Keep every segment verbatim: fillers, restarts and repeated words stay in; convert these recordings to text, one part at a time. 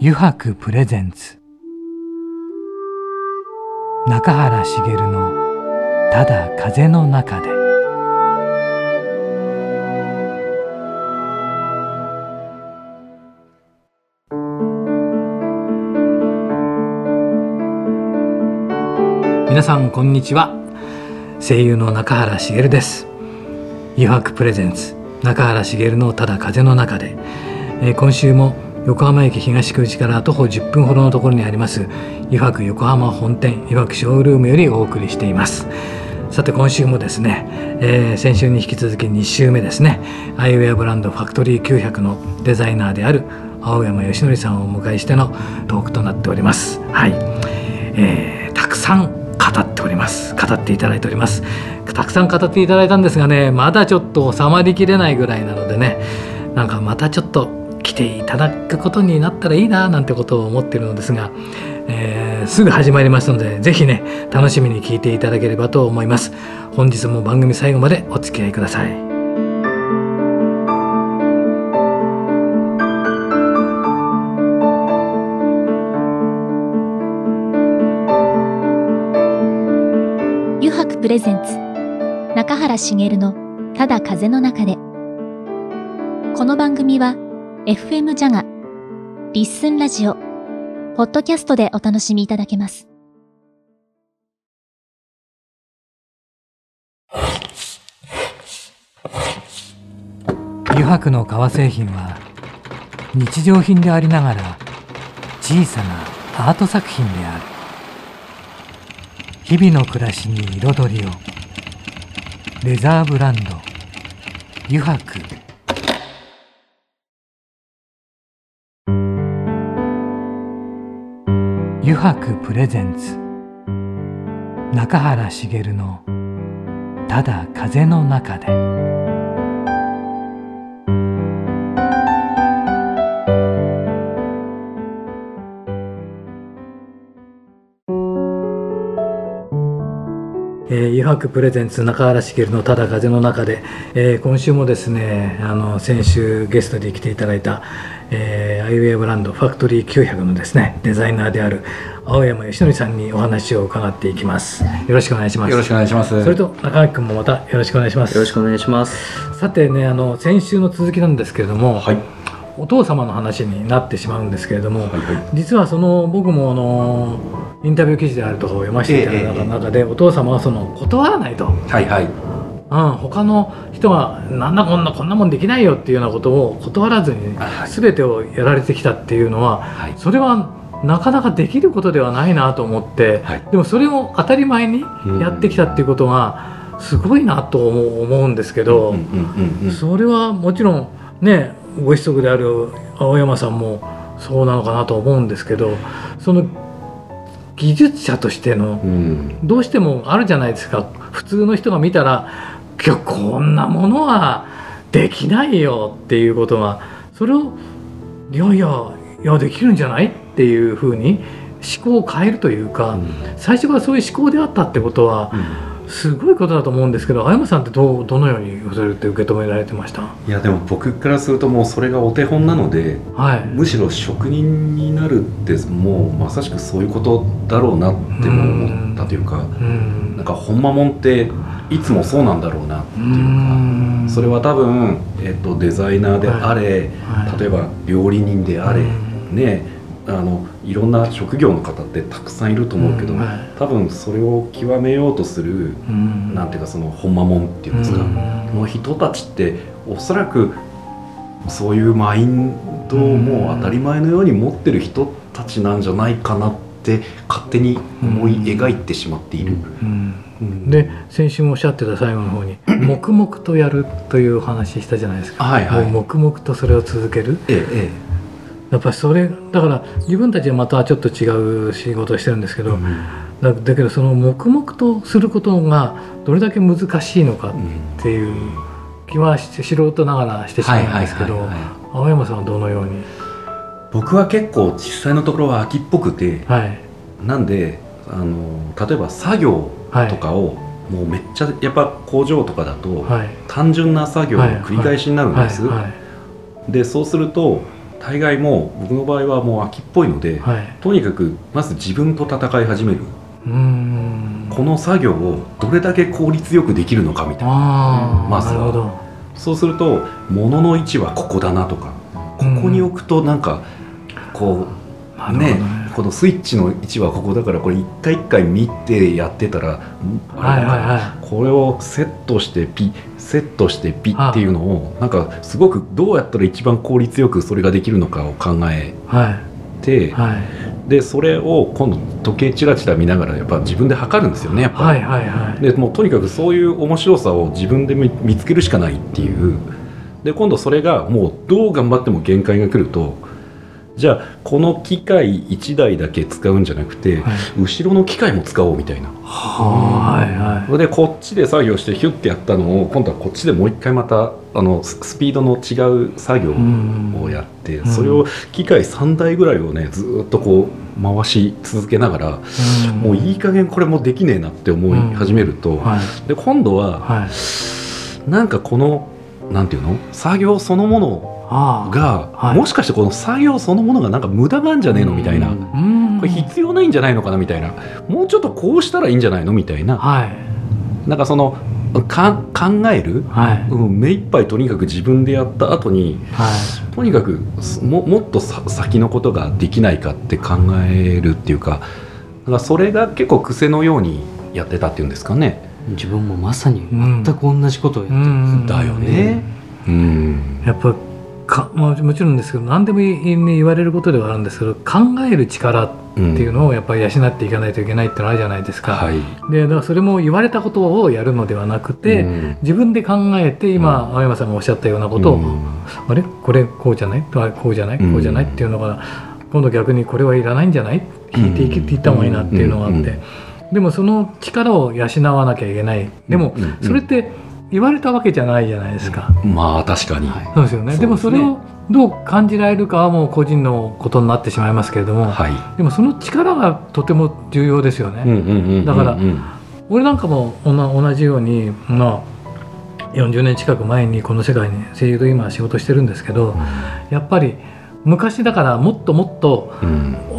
油白プレゼンツ中原茂のただ風の中で。皆さんこんにちは。声優の中原茂です。油白プレゼンツ中原茂のただ風の中で、えー、今週も横浜駅東口から徒歩じゅっぷんほどのところにあります油白横浜本店油白ショールームよりお送りしています。さて今週もですね、えー、先週に引き続きに週目ですね、アイウェアブランドファクトリーきゅうひゃくのデザイナーである青山義則さんをお迎えしてのトークとなっております。はい、えー、たくさん語っております語っていただいておりますたくさん語っていただいたんですがね、まだちょっと収まりきれないぐらいなのでね、なんかまたちょっと来ていただくことになったらいいななんてことを思っているのですが、えー、すぐ始まりますのでぜひね楽しみに聞いていただければと思います。本日も番組最後までお付き合いください。 油白プレゼンツ中原茂のただ風の中で。この番組は エフエム ジャガ、リッスンラジオ、ポッドキャストでお楽しみいただけます。 油白の革製品は日常品でありながら小さなアート作品である。日々の暮らしに彩りを。レザーブランド油白。油白プレゼンツ中原茂のただ風の中で。えー、油白プレゼンツ中原茂のただ風の中で、えー、今週もですね、あの先週ゲストで来ていただいた、えー、アイウェアブランドファクトリーきゅうひゃくのですねデザイナーである青山義則さんにお話を伺っていきます。よろしくお願いします。 よろしくお願いします。 それと中垣君もまたよろしくお願いします。 よろしくお願いします。 さてね、あの先週の続きなんですけれども、 はい、 お父様の話になってしまうんですけれども、はいはい、実はその僕もあのインタビュー記事であるとかを読ませていただいた中で、えーえー、お父様はその断らないと、 はいはい、 うん、他の人がなんだこんなこんなもんできないよっていうようなことを断らずに全てをやられてきたっていうのは、はい、それはなかなかできることではないなと思って、はい、でもそれを当たり前にやってきたっていうことがすごいなと思うんですけど、それはもちろんねご子息である青山さんもそうなのかなと思うんですけど、その技術者としてのどうしてもあるじゃないですか。普通の人が見たらいやこんなものはできないよっていうことが、それをいやいやいやできるんじゃないっていうふうに思考を変えるというか、最初からそういう思考であったってことはすごいことだと思うんですけど、青山さんってどうどのようにそれって受け止められてました？ いやでも僕からするともうそれがお手本なので、はい、むしろ職人になるってもうまさしくそういうことだろうなって思ったというか、うんなんかほんまもんっていつもそうなんだろうなっていうか、うんそれは多分、えっと、デザイナーであれ、はいはい、例えば料理人であれ、ねあのいろんな職業の方ってたくさんいると思うけど、うんはい、多分それを極めようとする、うん、なんていうかそのほんまもんっていうんですか、うん、の人たちっておそらくそういうマインドをもう当たり前のように持ってる人たちなんじゃないかなって勝手に思い描いてしまっている、うんうん、で先週もおっしゃってた最後の方に黙々とやるという話したじゃないですか、はいはい、もう黙々とそれを続ける、ええええやっぱりそれだから自分たちはまたちょっと違う仕事をしてるんですけど、うん、だ, だけどその黙々とすることがどれだけ難しいのかっていう気は素人ながらしてしまうんですけど、青山さんはどのように？ 僕は結構実際のところは秋っぽくて、はい、なんであの例えば作業とかを、はい、もうめっちゃやっぱ工場とかだと、はい、単純な作業の繰り返しになるんです。でそうすると大概もう僕の場合はもう秋っぽいので、はい、とにかくまず自分と戦い始める。うーん、この作業をどれだけ効率よくできるのかみたいな。あ、まずはなるほど。そうすると物の位置はここだなとか、ここに置くとなんかこう、うん、ね、このスイッチの位置はここだから、これ一回一回見てやってたらあれだから、これをセットしてピッセットしてピッっていうのをなんかすごくどうやったら一番効率よくそれができるのかを考えて、はいはい、でそれを今度時計チラチラ見ながらやっぱ自分で測るんですよね、やっぱり、はいはいはい、でもうとにかくそういう面白さを自分で 見, 見つけるしかないっていう。で今度それがもうどう頑張っても限界が来ると、じゃあこの機械いちだいだけ使うんじゃなくて、はい、後ろの機械も使おうみたいな。はいはい、それでこっちで作業してヒュッてやったのを今度はこっちでもう一回またあのスピードの違う作業をやって、うん、それを機械さんだいぐらいをねずっとこう回し続けながら、うん、もういい加減これもできねえなって思い始めると、うん、はい、で今度は、はい、なんかこのなんていうの作業そのものが、はい、もしかしてこの作業そのものがなんか無駄なんじゃねえのみたいな、これ必要ないんじゃないのかなみたいな、もうちょっとこうしたらいいんじゃないのみたいな、はい、なんかそのか考える、はい、うん、目いっぱいとにかく自分でやった後に、はい、とにかく も, もっとさ先のことができないかって考えるっていうか、だからそれが結構癖のようにやってたっていうんですかね。 自分もまさに全く同じことをやってるんだよね。うん、 やっぱか、まあ、もちろんですけど何でも言われることではあるんですけど、考える力っていうのをやっぱり養っていかないといけないってのあるじゃないですか、はい、でだからそれも言われたことをやるのではなくて、うん、自分で考えて今、うん、青山さんがおっしゃったようなことを、うん、あれこれこうじゃないこうじゃないこうじゃないっていうのが今度逆にこれはいらないんじゃない引いていっていった方がいいなっていうのがあって、うんうんうん、でもその力を養わなきゃいけない。でもそれって言われたわけじゃないじゃないですか。 まあ確かにそうですよね。でもそれをどう感じられるかはもう個人のことになってしまいますけれども、はい、でもその力がとても重要ですよね。だから俺なんかも同じように、まあ、よんじゅうねん近く前にこの世界に声優と今仕事してるんですけど、うん、やっぱり昔だからもっともっと、うん、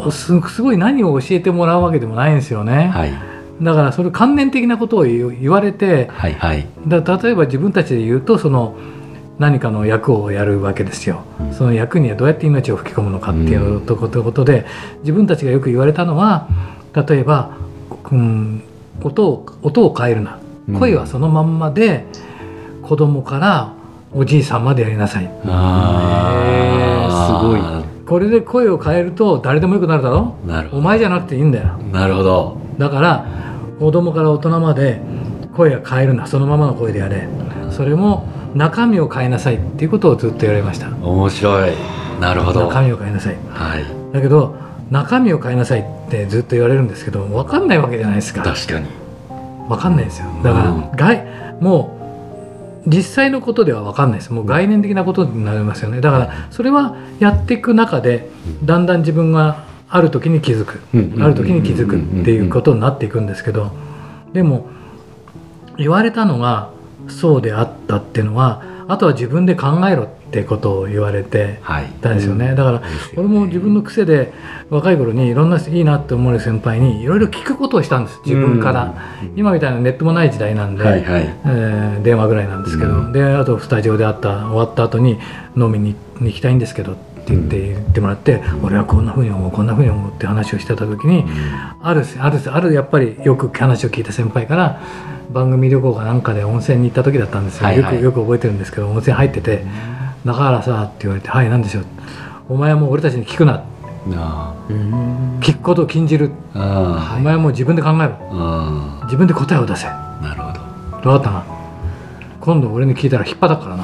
す, すごい何を教えてもらうわけでもないんですよね。はい、だからそれ観念的なことを言われて、はいはい、だ例えば自分たちで言うとその何かの役をやるわけですよ、うん、その役にはどうやって命を吹き込むのかっていうとことで、うん、自分たちがよく言われたのは、例えば、うん、音を、音を変えるな、声はそのまんまで子供からおじいさんまでやりなさい。あ、すごい。これで声を変えると誰でもよくなるだろ。なるほど。お前じゃなくていいんだよ。 なるほど。 だから子供から大人まで声が変えるな、そのままの声でやれ、それも中身を変えなさいっていうことをずっと言われました。 面白い。なるほど。 中身を変えなさい、はい、だけど中身を変えなさいってずっと言われるんですけど、分かんないわけじゃないですか。 確かに分かんないですよ。だから、うん、外もう実際のことでは分かんないです。もう概念的なことになりますよね。だからそれはやっていく中でだんだん自分がある時に気づく、うん、ある時に気づくっていうことになっていくんですけど、でも言われたのがそうであったっていうのは、あとは自分で考えろってことを言われてたんですよね、はい、だから俺も自分の癖で若い頃にいろんないいなって思う先輩にいろいろ聞くことをしたんです、自分から、うん、今みたいなネットもない時代なんで、はいはい、えー、電話ぐらいなんですけど、うん、であとスタジオで会った終わった後に飲みに行きたいんですけどって言って、言ってもらって、うん、俺はこんな風に思うこんな風に思うって話をしてた時に、うん、あるあるあるやっぱりよく話を聞いた先輩から番組旅行かなんかで温泉に行った時だったんですよ、はいはい、よくよく覚えてるんですけど、温泉入ってて「中原さ」って言われて「はい何でしょう」「お前はもう俺たちに聞くな」あ聞くことを禁じる、あお前はもう自分で考えろ、あ自分で答えを出せ。 なるほど。 分かったな。今度俺に聞いたら引っ張ったからな。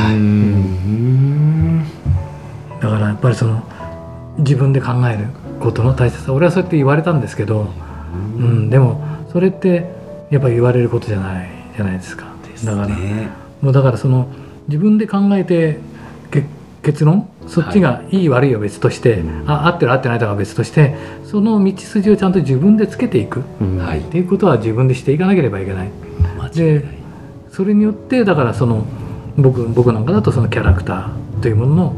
うんだからやっぱりその自分で考えることの大切さ、俺はそうやって言われたんですけど、うん、うん、でもそれってやっぱり言われることじゃないじゃないですか。ですね、だからもうだからその自分で考えて結論、そっちがいい悪いは別として、はい、あ合ってる合ってないとかは別として、その道筋をちゃんと自分でつけていく、はい、っていうことは自分でしていかなければいけない。でそれによってだからその 僕, 僕なんかだとそのキャラクターというものの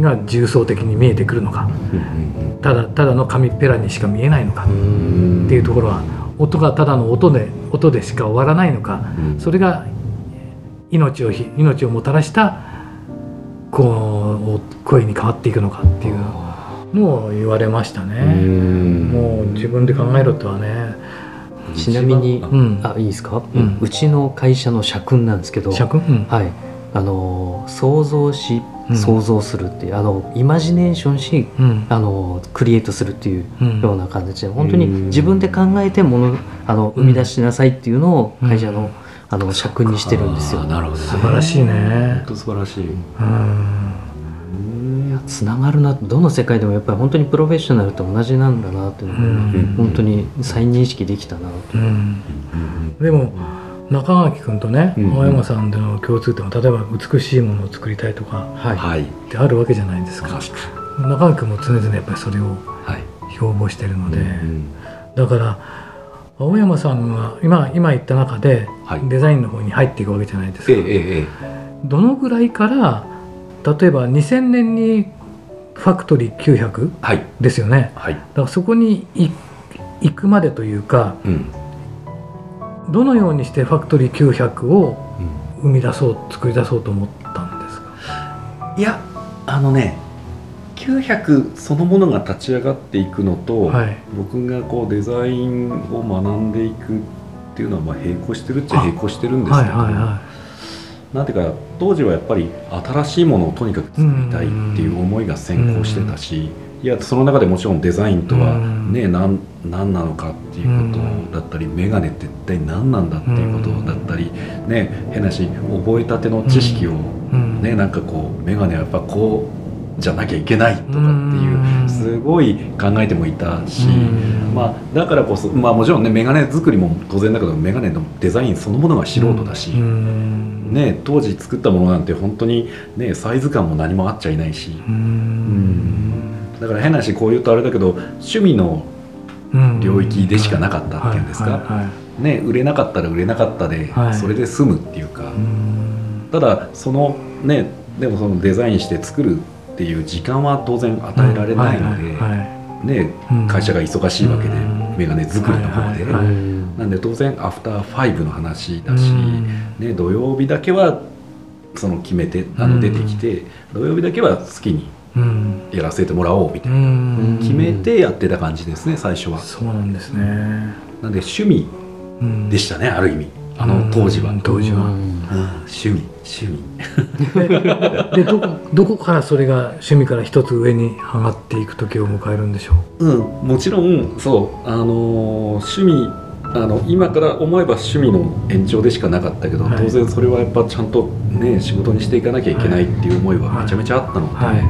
が重層的に見えてくるのか、うん、ただただの紙っぺらにしか見えないのかっていうところは、音がただの音で音でしか終わらないのか、うん、それが命を命をもたらしたこう声に変わっていくのかっていうのを言われましたね。もう自分で考えろとはね。 ちなみに、うん、あいいですか、うん、うちの会社の社訓なんですけど、 社訓、うん、 はい、あの想像し想像するっていう、うん、あのイマジネーションし、うん、あのクリエイトするっていうような形で、うん、本当に自分で考えてものあの生み出しなさいっていうのを会社の、うん、あの社訓にしてるんですよ。 なるほど、 素晴らしいね。 本当素晴らしい。 うんつながるな、どの世界でもやっぱり本当にプロフェッショナルと同じなんだなっていうのを、うん、本当に再認識できたなと、うん、 でも中垣君とね、うん、青山さんでの共通点は、例えば美しいものを作りたいとかってあるわけじゃないですか、はい、中垣君も常々やっぱりそれを標榜してるので、はい、だから青山さんが 今, 今言った中でデザインの方に入っていくわけじゃないですか、はいええ、どのぐらいから例えばにせんねんにファクトリーきゅうひゃく、はい、ですよね、はい、だからそこに行くまでというか、うん、どのようにしてファクトリーきゅうひゃくを生み出そう、作り出そうと思ったんですか？ いや、あのねきゅうひゃくそのものが立ち上がっていくのと、はい、僕がこうデザインを学んでいくっていうのはまあ並行してるっちゃ並行してるんですけど、はいはいはい、なんていうか当時はやっぱり新しいものをとにかく作りたいっていう思いが先行してたし、いやその中でもちろんデザインとはね、何, 何なのかっていうことだったり、メガネって一体何なんだっていうことだったり、ね、変なし覚えたての知識をね、なんかこうメガネはやっぱこうじゃなきゃいけないとかっていうすごい考えてもいたし、まあ、だからこそ、まあ、もちろんねメガネ作りも当然だけどメガネのデザインそのものは素人だし、ね、当時作ったものなんて本当に、ね、サイズ感も何もあっちゃいないし、うんだから変なしこう言うとあれだけど趣味の領域でしかなかったっていうんですか、ね、売れなかったら売れなかったでそれで済むっていうか、はい、ただそのねでもそのデザインして作るっていう時間は当然与えられないので、ね、会社が忙しいわけでメガネ作りの方で、なんで当然アフターファイブの話だし、ね、土曜日だけはその決めてあの出てきて、土曜日だけは好きにやらせてもらおうみたいな決めてやってた感じですね最初は。 そうなんですね。 なんで趣味でしたね、ある意味あの当時は。 当時は、うん、 趣味趣味で, で ど, こどこからそれが趣味から一つ上に上がっていく時を迎えるんでしょう？うん、もちろんそうあの趣味あの今から思えば趣味の延長でしかなかったけど、はい、当然それはやっぱちゃんとね仕事にしていかなきゃいけないっていう思いはめちゃめちゃあったので、はいはい、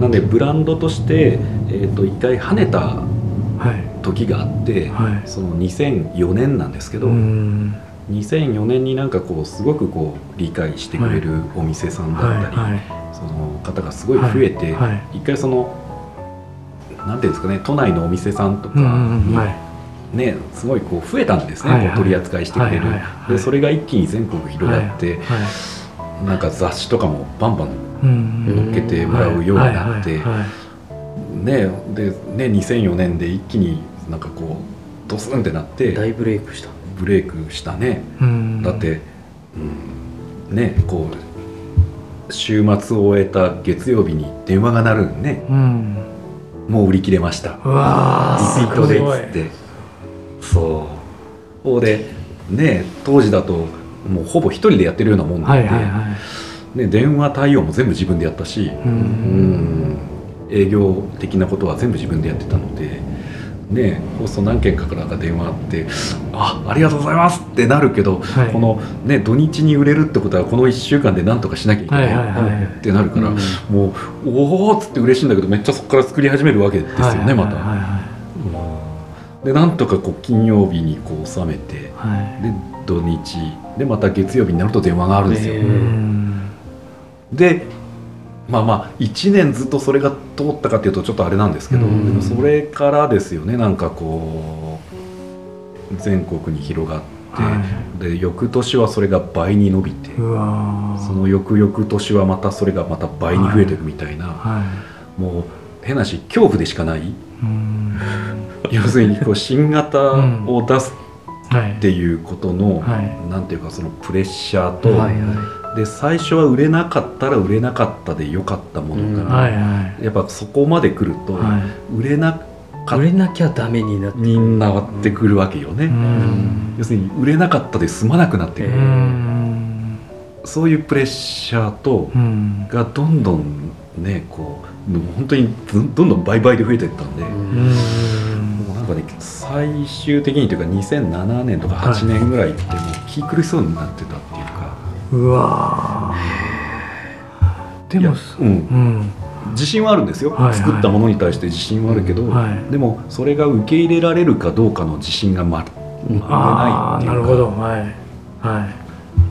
なんでブランドとして、えー、と一回跳ねた時があって、はい、そのにせんよねんなんですけど、にせんよねんになんかこうすごくこう理解してくれるお店さんだったり、はいはい、その方がすごい増えて、はいはい、一回そのなんていうんですかね都内のお店さんとかに、うんうんはいね、すごいこう増えたんですね、はいはい、こう取り扱いしてくれる、はいはいはい、でそれが一気に全国広がって、はいはい、なんか雑誌とかもバンバン載っけてもらうようになって、ね、でねにせんよねんで一気になんかこうドスンってなって大ブレイクしたブレイクしたね。だって、うん、ねこう週末を終えた月曜日に電話が鳴るんね、うん、もう売り切れました、 うわリピートでっつって、そうでね当時だともうほぼ一人でやってるようなもんなんで、はいはいはい、ね、電話対応も全部自分でやったし、うんうん営業的なことは全部自分でやってたのでね、放送何件かからが電話あってあありがとうございますってなるけど、はい、この、ね、土日に売れるってことはこのいっしゅうかんで何とかしなきゃいけない、はいはいはい、ってなるから、うん、もうおおっつって嬉しいんだけどめっちゃそこから作り始めるわけですよね、はいはいはいはい、また、うん、でなんとかこう金曜日にこう収めて、はい、で土日でまた月曜日になると電話があるんですよ、えー、でまあまあいちねんずっとそれが通ったかっていうとちょっとあれなんですけど、うん、でもそれからですよねなんかこう全国に広がっはい、で翌年はそれが倍に伸びて、うわその翌々年はまたそれがまた倍に増えていくみたいな、はいはい、もう変なし恐怖でしかない、うん要するにこう新型を出すっていうことの、はい、なんていうかそのプレッシャーと、はいはい、で最初は売れなかったら売れなかったで良かったものが、はいはい、やっぱそこまで来ると、はい、売れなか売れなきゃダメになってになってくるわけよね、うん、要するに売れなかったで済まなくなってくる、うん、そういうプレッシャーと、うん、がどんどんねこう本当にどんどん倍々で増えていったんで、うん最終的にというかにせんななねんとかはちねんぐらいってもう気苦しそうになってたっていうか、はい、うわでも、うんうん、 自信はあるんですよ、はいはい、作ったものに対して自信はあるけど、はい、でもそれが受け入れられるかどうかの自信がまるでないっていうか、 なるほど、はいはい、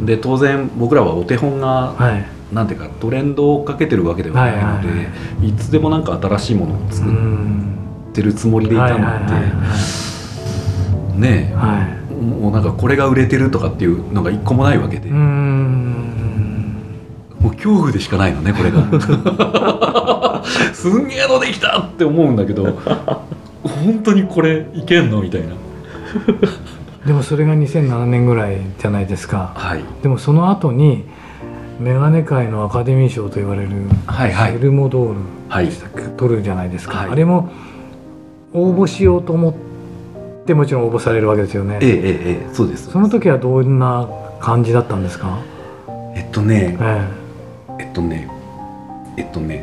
で当然僕らはお手本が、はい、なんていうかトレンドを追っかけてるわけではないので、はいはいはい、いつでもなんか新しいものを作ってるつもりでいたので、ねえ、はい、もうなんかこれが売れてるとかっていうのが一個もないわけで、うーんもう恐怖でしかないのねこれがすんげえのできたって思うんだけど本当にこれいけんのみたいなでもそれがにせんななねんぐらいじゃないですか、はい、でもその後にメガネ界のアカデミー賞と言われるエルモドールでしたっけ、はい、取るじゃないですか、はい、あれも応募しようと思ってもちろん応募されるわけですよね。 ええええ、そうです。 その時はどんな感じだったんですか？ えっとね、ええ、えっとねえっとね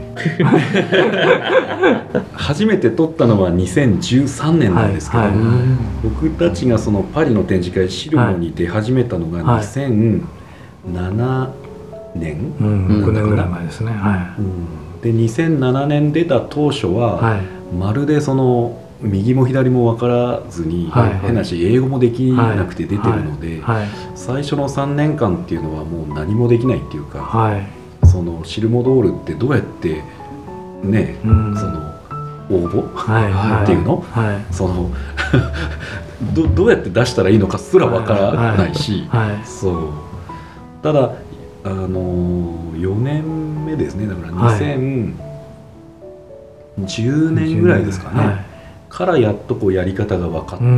初めて撮ったのはにせんじゅうさんねんなんですけど、はいはい、僕たちがそのパリの展示会シルモに出始めたのがにせんななねん、 うん、ろくねんぐらい前ですね、はい、うん、 でにせんななねん出た当初は、はい、まるでその右も左も分からずに、はい、変なし英語もできなくて出てるので、はいはい、最初のさんねんかんっていうのはもう何もできないっていうか、はい、そのシルモドールってどうやってね、うん、その応募、はいはい、っていうの、はい、そのど, どうやって出したらいいのかすら分からないし、はいはいはい、そうただあのよねんめですね、だからにせんじゅうねんぐらいですかね、はい、からやっとこうやり方が分かって、うんうん、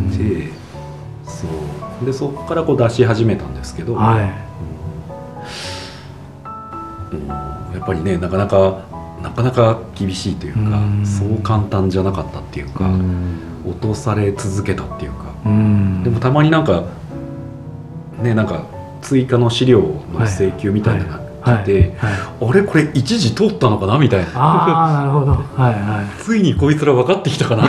そうでそこからこう出し始めたんですけど、はい、うん、やっぱりねなかなかなかなか厳しいというか、うん、そう簡単じゃなかったっていうか、うん、落とされ続けたっていうか、うん、でもたまになんかねなんか追加の資料の請求みたいなのが来て、はいはいはい、あれこれ一時通ったのかなみたいな、 ああなるほど、はいはい、 ついにこいつら分かってきたかな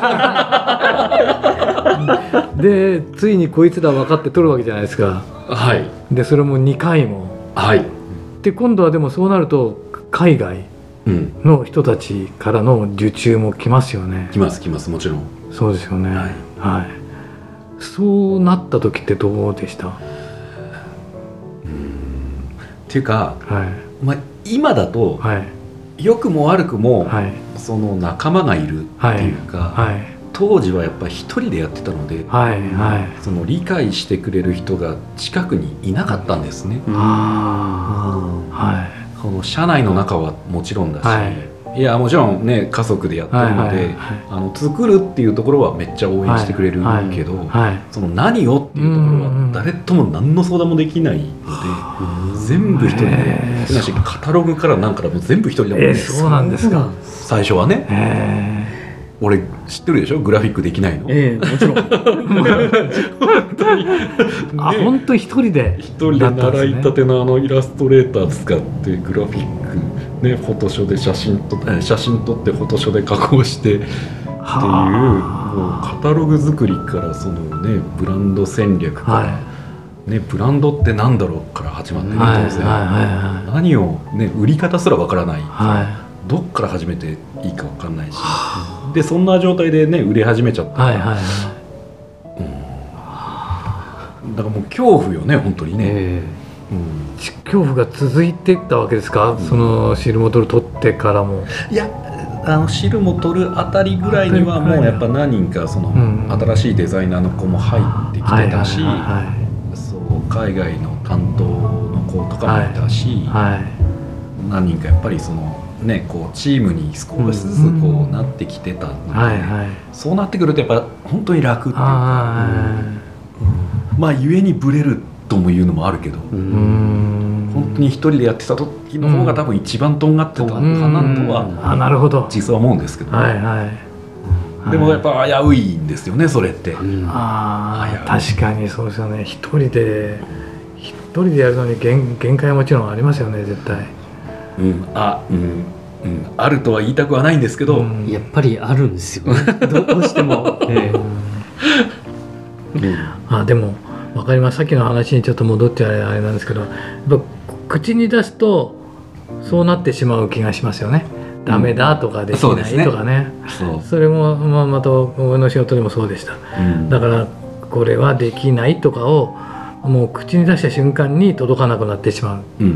でついにこいつら分かって取るわけじゃないですか、はい、でそれもにかいも、はい、で今度はでもそうなると海外の人たちからの受注も来ますよね、 来ます来ますもちろんそうですよね、はいはい、そうなった時ってどうでした？ っていうか、はいまあ、今だと、はい、良くも悪くも、はい、その仲間がいるっていうか、はいはい、当時はやっぱり一人でやってたので、はいはい、その理解してくれる人が近くにいなかったんですね、うんはい、この社内の中はもちろんだし、はいいやもちろんね家族でやってるので、はいはいはい、あの作るっていうところはめっちゃ応援してくれるけど、はいはいはい、その何をっていうところは誰とも何の相談もできないので、全部一人でカタログから何からも全部一人でもね、 えー、そうなんですか最初はね、えー、俺知ってるでしょグラフィックできないの、 えー、もちろん本当に、ね、あ本当一人で一人で習いたてのあのイラストレーター使ってグラフィックね、フォトショーで写真撮って写真撮ってフォトショーで加工してっていうもうカタログ作りからそのねブランド戦略から、はいね、ブランドってなんだろうから始まってね当然、はいはいはい、何を、ね、売り方すらわからない、はい、どっから始めていいかわかんないしでそんな状態でね売れ始めちゃったから、はいはいはいうん、だからもう恐怖よね本当にね、えーうん、恐怖が続いていったわけですか、うん、そのシルモドール取ってからも。 いやあの汁も取るあたりぐらいにはもうやっぱ何人かその新しいデザイナーの子も入ってきてたし、そう海外の担当の子とかもいたし、はいはい、何人かやっぱりそのねこうチームに少しずつこうなってきてたので、はいはい、そうなってくるとやっぱ本当に楽っていうか、うん、まあ故にブレるともいうのもあるけど、うん、本当に一人でやってた時の方が多分一番とんがってたのかなとは、 あ、なるほど、 実は思うんですけど、 はいはい、 でもやっぱ危ういんですよねそれって、うん、 あ確かにそうですよね。一人で一人でやるのに 限, 限界はもちろんありますよね絶対、 うん、あ、うんうん、あるとは言いたくはないんですけど、うん、 やっぱりあるんですよどうしても、えーうん、あでも分かります。さっきの話にちょっと戻ってあれ、あれなんですけど、やっぱ口に出すとそうなってしまう気がしますよね。ダメだとかできないとかね、うん、 そ, ね そ, それも、まあ、また俺の仕事でもそうでした、うん、だからこれはできないとかをもう口に出した瞬間に届かなくなってしまう、うんうん、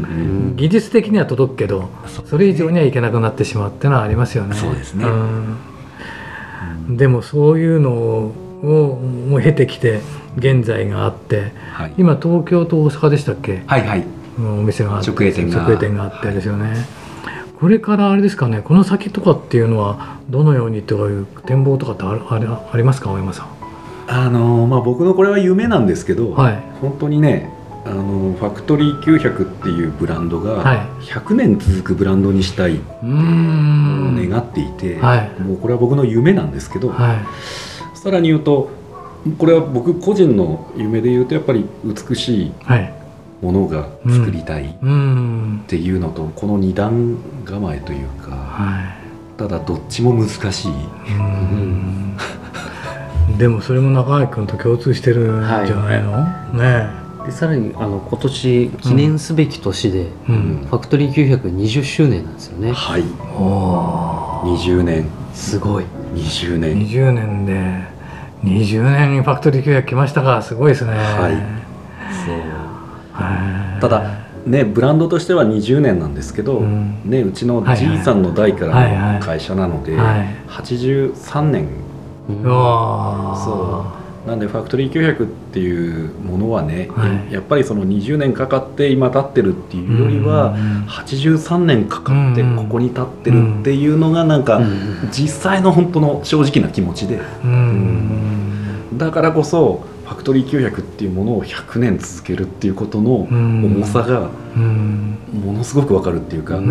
技術的には届くけど そ, それ以上にはいけなくなってしまうっていうのはありますよね。 そうですね、 うん、でもそういうのをもう経てきて現在があって、はい、今東京と大阪でしたっけ、 はいはい、 お店があって直営店が直営店があってですよね、はい、これからあれですかね、この先とかっていうのはどのようにという展望とかってあ り, ありますか大山さん。 あのまあ、僕のこれは夢なんですけど、はい、本当にねあのファクトリーきゅうひゃくっていうブランドがひゃくねん続くブランドにしたいと願っていて、はい、もうこれは僕の夢なんですけど、はい、さらに言うとこれは僕個人の夢で言うとやっぱり美しいものが作りたいっていうのとこの二段構えというか、はい、ただどっちも難しい。うんでもそれも中垣君と共通してるんじゃないの、はい、ねでさらにあの今年記念すべき年で、うん、ファクトリーきゅうひゃくにじゅっしゅうねんなんですよね。 はい、おにじゅうねんすごいにじゅうねんにじゅうねんでにじゅうねんにファクトリーきゅうひゃく来ましたがすごいですね。はいそうはいただねブランドとしてはにじゅうねんなんですけど、うんね、うちのじいさんの代からの会社なので、はいはい、はちじゅうさんねんうん、そうなんでファクトリーきゅうひゃくっていうものはね、はい、やっぱりそのにじゅうねんかかって今立ってるっていうよりは、うん、はちじゅうさんねんかかってここに立ってるっていうのがなんか実際の本当の正直な気持ちで、うんうん、だからこそファクトリーきゅうひゃくっていうものをひゃくねん続けるっていうことの重さがものすごくわかるっていうか、うん、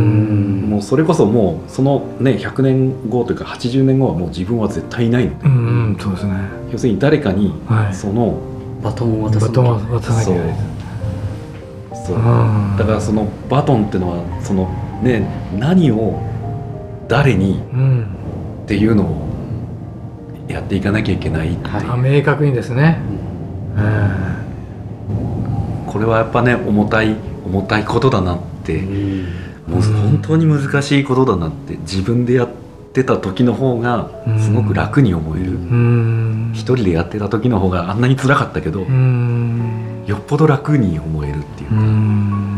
もうそれこそもうそのねひゃくねんごというかはちじゅうねんごはもう自分は絶対いないので、うんうん、そうですね、要するに誰かにその、 はい、バトンを渡さなきゃいけない。 そうそうだからそのバトンっていうのはその、ね、何を誰にっていうのをやっていかなきゃいけないっていう、 はい、明確にですね、うんこれはやっぱね重たい重たいことだなって、うん、もう本当に難しいことだなって自分でやってた時の方がすごく楽に思える、うん、一人でやってた時の方があんなに辛かったけど、うん、よっぽど楽に思えるっていうか、うん、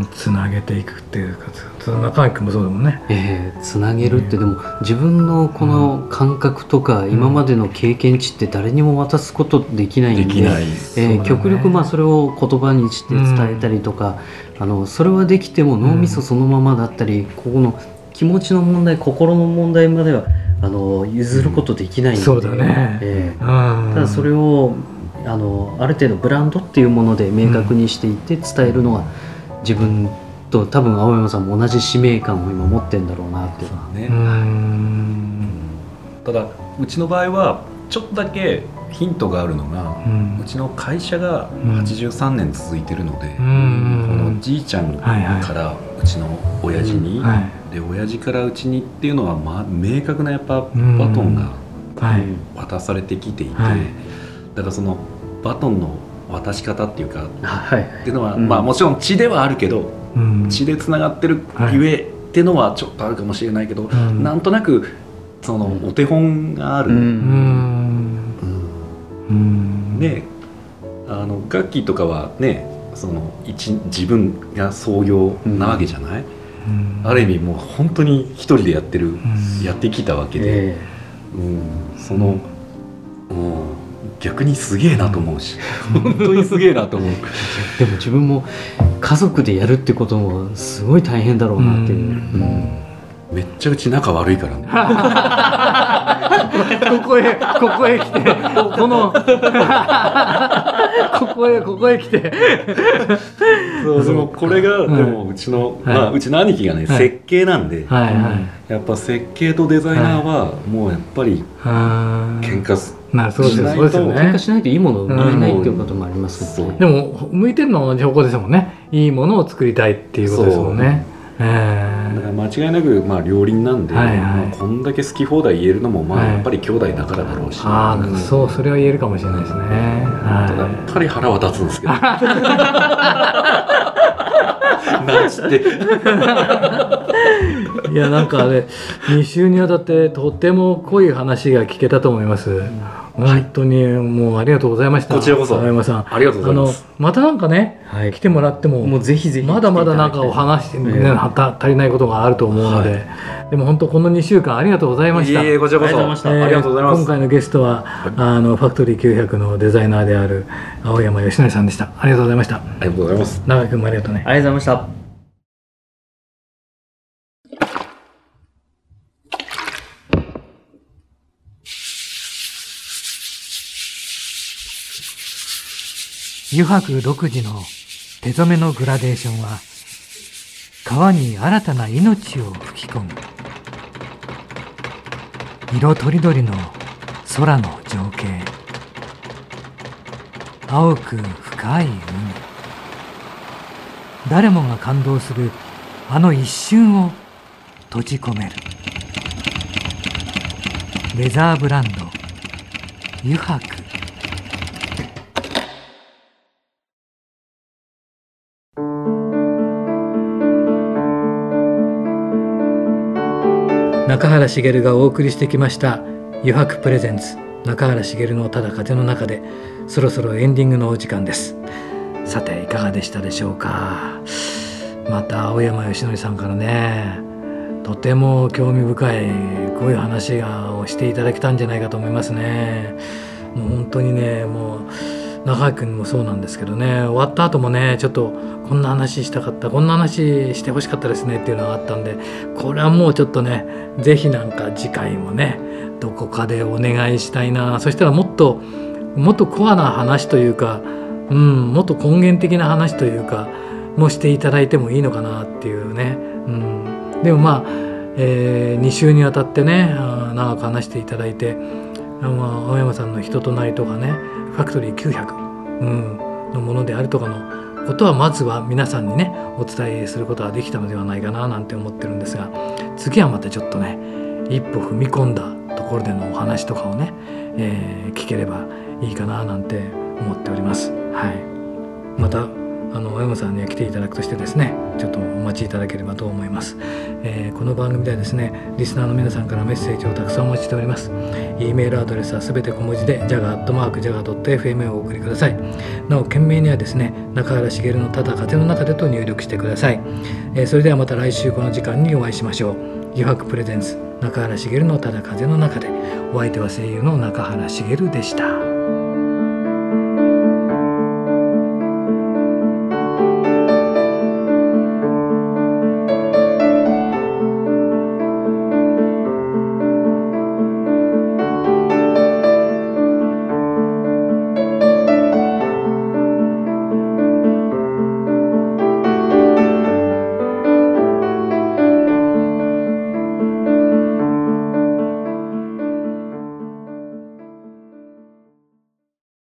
つなげていくっていうか中垣君もそうだもんね、 えー、つなげるってでも自分のこの感覚とか今までの経験値って誰にも渡すことできないんで、できない、えー、極力まあそれを言葉にして伝えたりとか、うん、あのそれはできても脳みそそのままだったり、うん、ここの気持ちの問題心の問題まではあの譲ることできないんで、うん、そうだね、えー、ただそれをあのある程度ブランドっていうもので明確にしていって伝えるのが自分と多分青山さんも同じ使命感を今持ってんだろうなっていうのはね。うーんただうちの場合はちょっとだけヒントがあるのが、うん、うちの会社がはちじゅうさんねん続いてるので、うん、このじいちゃんからうちの親父に、はいはい、で親父からうちにっていうのは、まあ、明確なやっぱバトンが渡されてきていて、はい、だからそのバトンの渡し方っていうか、はい、っていうのは、うんまあ、もちろん血ではあるけど、うん、血でつながってるゆえっていうのはちょっとあるかもしれないけど、うん、なんとなくそのお手本がある、うんうん、であの楽器とかはねその一自分が創業なわけじゃない、うん、 ある意味もう本当に一人でやってる、やってきたわけで、えーうん、その、うん、逆にすげえなと思うし、本当にすげえなと思う。 でも自分も家族でやるってこともすごい大変だろうなっていう、うんうん、 めっちゃうち仲悪いからね。 ここへここへ来てこのここへここへ来てそうそう、これが、うん、でもうちの、はい、まあ、うちの兄貴がね、はい、設計なんで、はいはい、やっぱ設計とデザイナーはもうやっぱり喧嘩すまあ、そうですよね。 喧嘩しないといいものを生まれないっていうこともありますもんね。 でも向いてるのは同じ方向ですもんね。いいものを作りたいっていうことですもんね。えー、 だから間違いなく、まあ、両輪なんで、はいはい、まあ、こんだけ好き放題言えるのも、まあ、やっぱり兄弟だからだろうし、 はい、あ、そう、それは言えるかもしれないですね。はい、 ただやっぱり腹は立つんですけどなんつっていや、なんかあれに週にわたってとっても濃い話が聞けたと思います。うん、本当にもうありがとうございました。 こちらこそ青山さん、 ありがとうございます。 あのまたなんかね、はい、来てもらっても、 もうぜひぜひまだまだなんかお話して、ね、えー、足りないことがあると思うので、はい、でも本当このにしゅうかんありがとうございました。 いえいえ、こちらこそありがとうございます。 今回のゲストはあのファクトリーきゅうひゃくのデザイナーである青山義則さんでした。ありがとうございました。ありがとうございます。 長井君もありがとうね。 ありがとうございました。 油白独自の手染めのグラデーションは川に新たな命を吹き込む。色とりどりの空の情景、青く深い海、誰もが感動するあの一瞬を閉じ込める。レザーブランド油白。中原茂がお送りしてきました油白プレゼンツ中原茂のただ風の中で、そろそろエンディングのお時間です。さていかがでしたでしょうか。また青山義則さんからね、とても興味深いこういう話をしていただけたんじゃないかと思いますね。もう本当にね、もう中井君もそうなんですけどね、終わった後もね、ちょっとこんな話したかった、こんな話してほしかったですねっていうのがあったんで、これはもうちょっとね、ぜひなんか次回もね、どこかでお願いしたいな。そしたらもっともっとコアな話というか、うん、もっと根源的な話というかもしていただいてもいいのかなっていうね、うん、でもまあ、えー、に週にわたってね、長く話していただいて、まあ、青山さんの人となりとかね、ファクトリーきゅうひゃく、うん、のものであるとかのことはまずは皆さんにねお伝えすることができたのではないかななんて思ってるんですが、次はまたちょっとね一歩踏み込んだところでのお話とかをね、えー、聞ければいいかななんて思っております。はい、またあの青山さんには来ていただくとしてですね、ちょっとお待ちいただければと思います。えー、この番組ではですね、リスナーの皆さんからメッセージをたくさんお待ちしております。E メールアドレスはすべて小文字で ジャガ アットマーク ジャガ ドット エフエム をお送りください。なお件名にはですね、中原茂のただ風の中でと入力してください。えー、それではまた来週この時間にお会いしましょう。油白プレゼンツ中原茂のただ風の中で、お相手は声優の中原茂でした。